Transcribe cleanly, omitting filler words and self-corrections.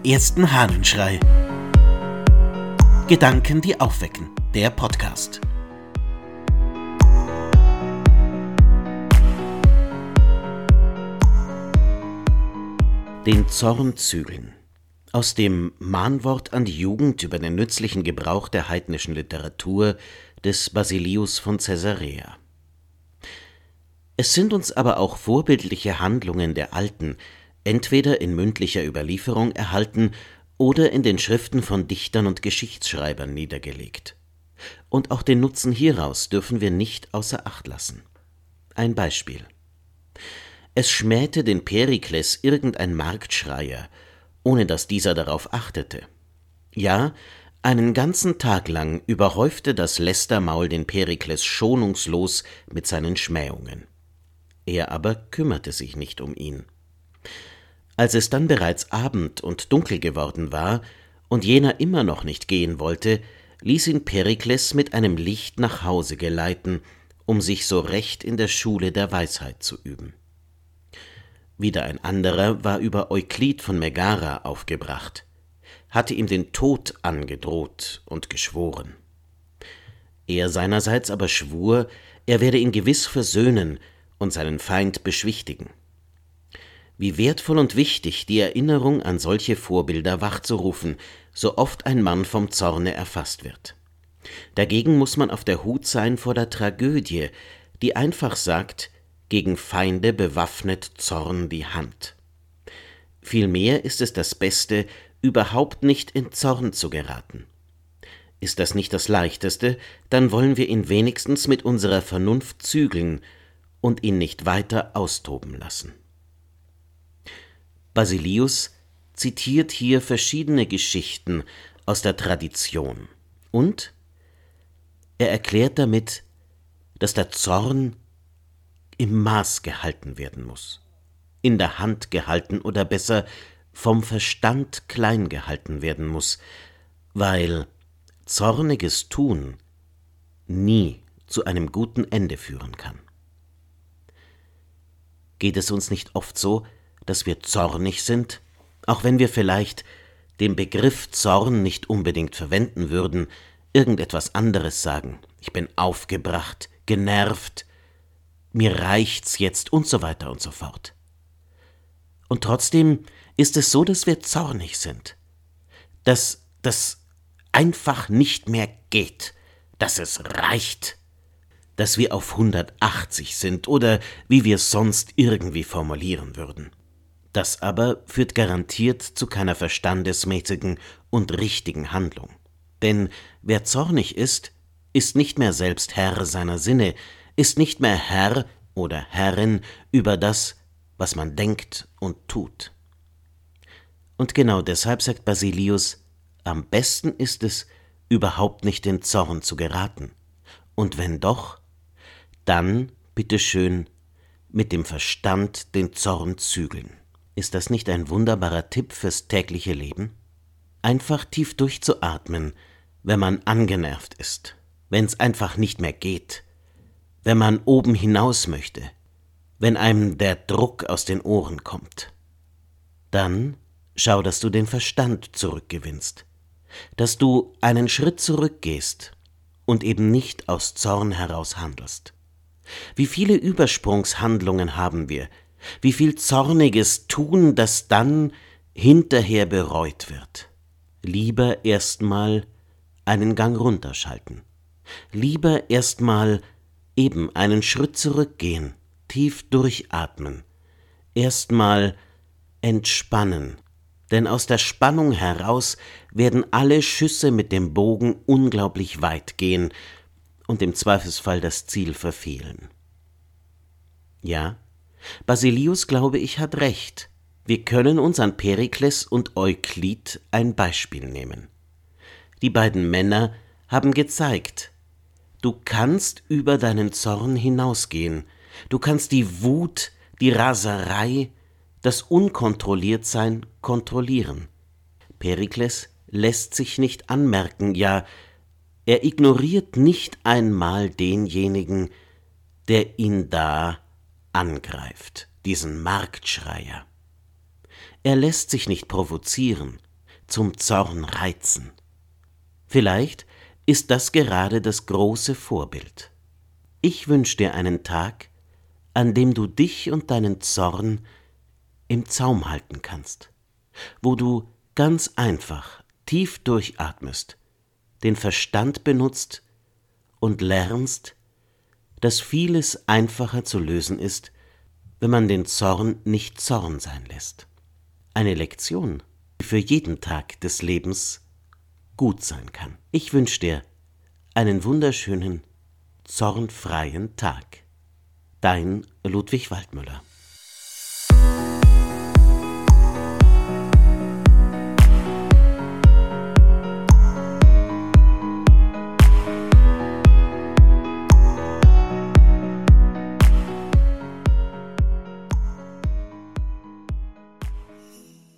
ersten Hahnenschrei. Gedanken, die aufwecken. Der Podcast. Den Zorn zügeln. Aus dem Mahnwort an die Jugend über den nützlichen Gebrauch der heidnischen Literatur des Basilius von Caesarea. Es sind uns aber auch vorbildliche Handlungen der Alten, entweder in mündlicher Überlieferung erhalten oder in den Schriften von Dichtern und Geschichtsschreibern niedergelegt. Und auch den Nutzen hieraus dürfen wir nicht außer Acht lassen. Ein Beispiel. Es schmähte den Perikles irgendein Marktschreier, ohne dass dieser darauf achtete. Ja, einen ganzen Tag lang überhäufte das Lästermaul den Perikles schonungslos mit seinen Schmähungen. Er aber kümmerte sich nicht um ihn. Als es dann bereits Abend und dunkel geworden war und jener immer noch nicht gehen wollte, ließ ihn Perikles mit einem Licht nach Hause geleiten, um sich so recht in der Schule der Weisheit zu üben. Wieder ein anderer war über Euklid von Megara aufgebracht, hatte ihm den Tod angedroht und geschworen. Er seinerseits aber schwur, er werde ihn gewiss versöhnen und seinen Feind beschwichtigen. Wie wertvoll und wichtig die Erinnerung an solche Vorbilder wachzurufen, so oft ein Mann vom Zorne erfasst wird. Dagegen muss man auf der Hut sein vor der Tragödie, die einfach sagt, gegen Feinde bewaffnet Zorn die Hand. Vielmehr ist es das Beste, überhaupt nicht in Zorn zu geraten. Ist das nicht das Leichteste, dann wollen wir ihn wenigstens mit unserer Vernunft zügeln und ihn nicht weiter austoben lassen. Basilius zitiert hier verschiedene Geschichten aus der Tradition und er erklärt damit, dass der Zorn im Maß gehalten werden muss, in der Hand gehalten oder besser vom Verstand klein gehalten werden muss, weil zorniges Tun nie zu einem guten Ende führen kann. Geht es uns nicht oft so, dass wir zornig sind, auch wenn wir vielleicht den Begriff Zorn nicht unbedingt verwenden würden, irgendetwas anderes sagen, ich bin aufgebracht, genervt, mir reicht's jetzt und so weiter und so fort. Und trotzdem ist es so, dass wir zornig sind, dass das einfach nicht mehr geht, dass es reicht, dass wir auf 180 sind oder wie wir es sonst irgendwie formulieren würden. Das aber führt garantiert zu keiner verstandesmäßigen und richtigen Handlung. Denn wer zornig ist nicht mehr selbst Herr seiner Sinne, ist nicht mehr Herr oder Herrin über das, was man denkt und tut. Und genau deshalb sagt Basilius, am besten ist es, überhaupt nicht in Zorn zu geraten. Und wenn doch, dann, bitteschön, mit dem Verstand den Zorn zügeln. Ist das nicht ein wunderbarer Tipp fürs tägliche Leben? Einfach tief durchzuatmen, wenn man angenervt ist, wenn es einfach nicht mehr geht, wenn man oben hinaus möchte, wenn einem der Druck aus den Ohren kommt. Dann schau, dass du den Verstand zurückgewinnst, dass du einen Schritt zurückgehst und eben nicht aus Zorn heraus handelst. Wie viele Übersprungshandlungen haben wir, wie viel Zorniges tun, das dann hinterher bereut wird. Lieber erstmal einen Gang runterschalten. Lieber erstmal eben einen Schritt zurückgehen, tief durchatmen. Erstmal entspannen. Denn aus der Spannung heraus werden alle Schüsse mit dem Bogen unglaublich weit gehen und im Zweifelsfall das Ziel verfehlen. Ja, Basilius, glaube ich, hat recht. Wir können uns an Perikles und Euklid ein Beispiel nehmen. Die beiden Männer haben gezeigt, du kannst über deinen Zorn hinausgehen, du kannst die Wut, die Raserei, das Unkontrolliertsein kontrollieren. Perikles lässt sich nicht anmerken, ja, er ignoriert nicht einmal denjenigen, der ihn da angreift, diesen Marktschreier. Er lässt sich nicht provozieren, zum Zorn reizen. Vielleicht ist das gerade das große Vorbild. Ich wünsche dir einen Tag, an dem du dich und deinen Zorn im Zaum halten kannst, wo du ganz einfach tief durchatmest, den Verstand benutzt und lernst, dass vieles einfacher zu lösen ist, wenn man den Zorn nicht Zorn sein lässt. Eine Lektion, die für jeden Tag des Lebens gut sein kann. Ich wünsche dir einen wunderschönen, zornfreien Tag. Dein Ludwig Waldmüller.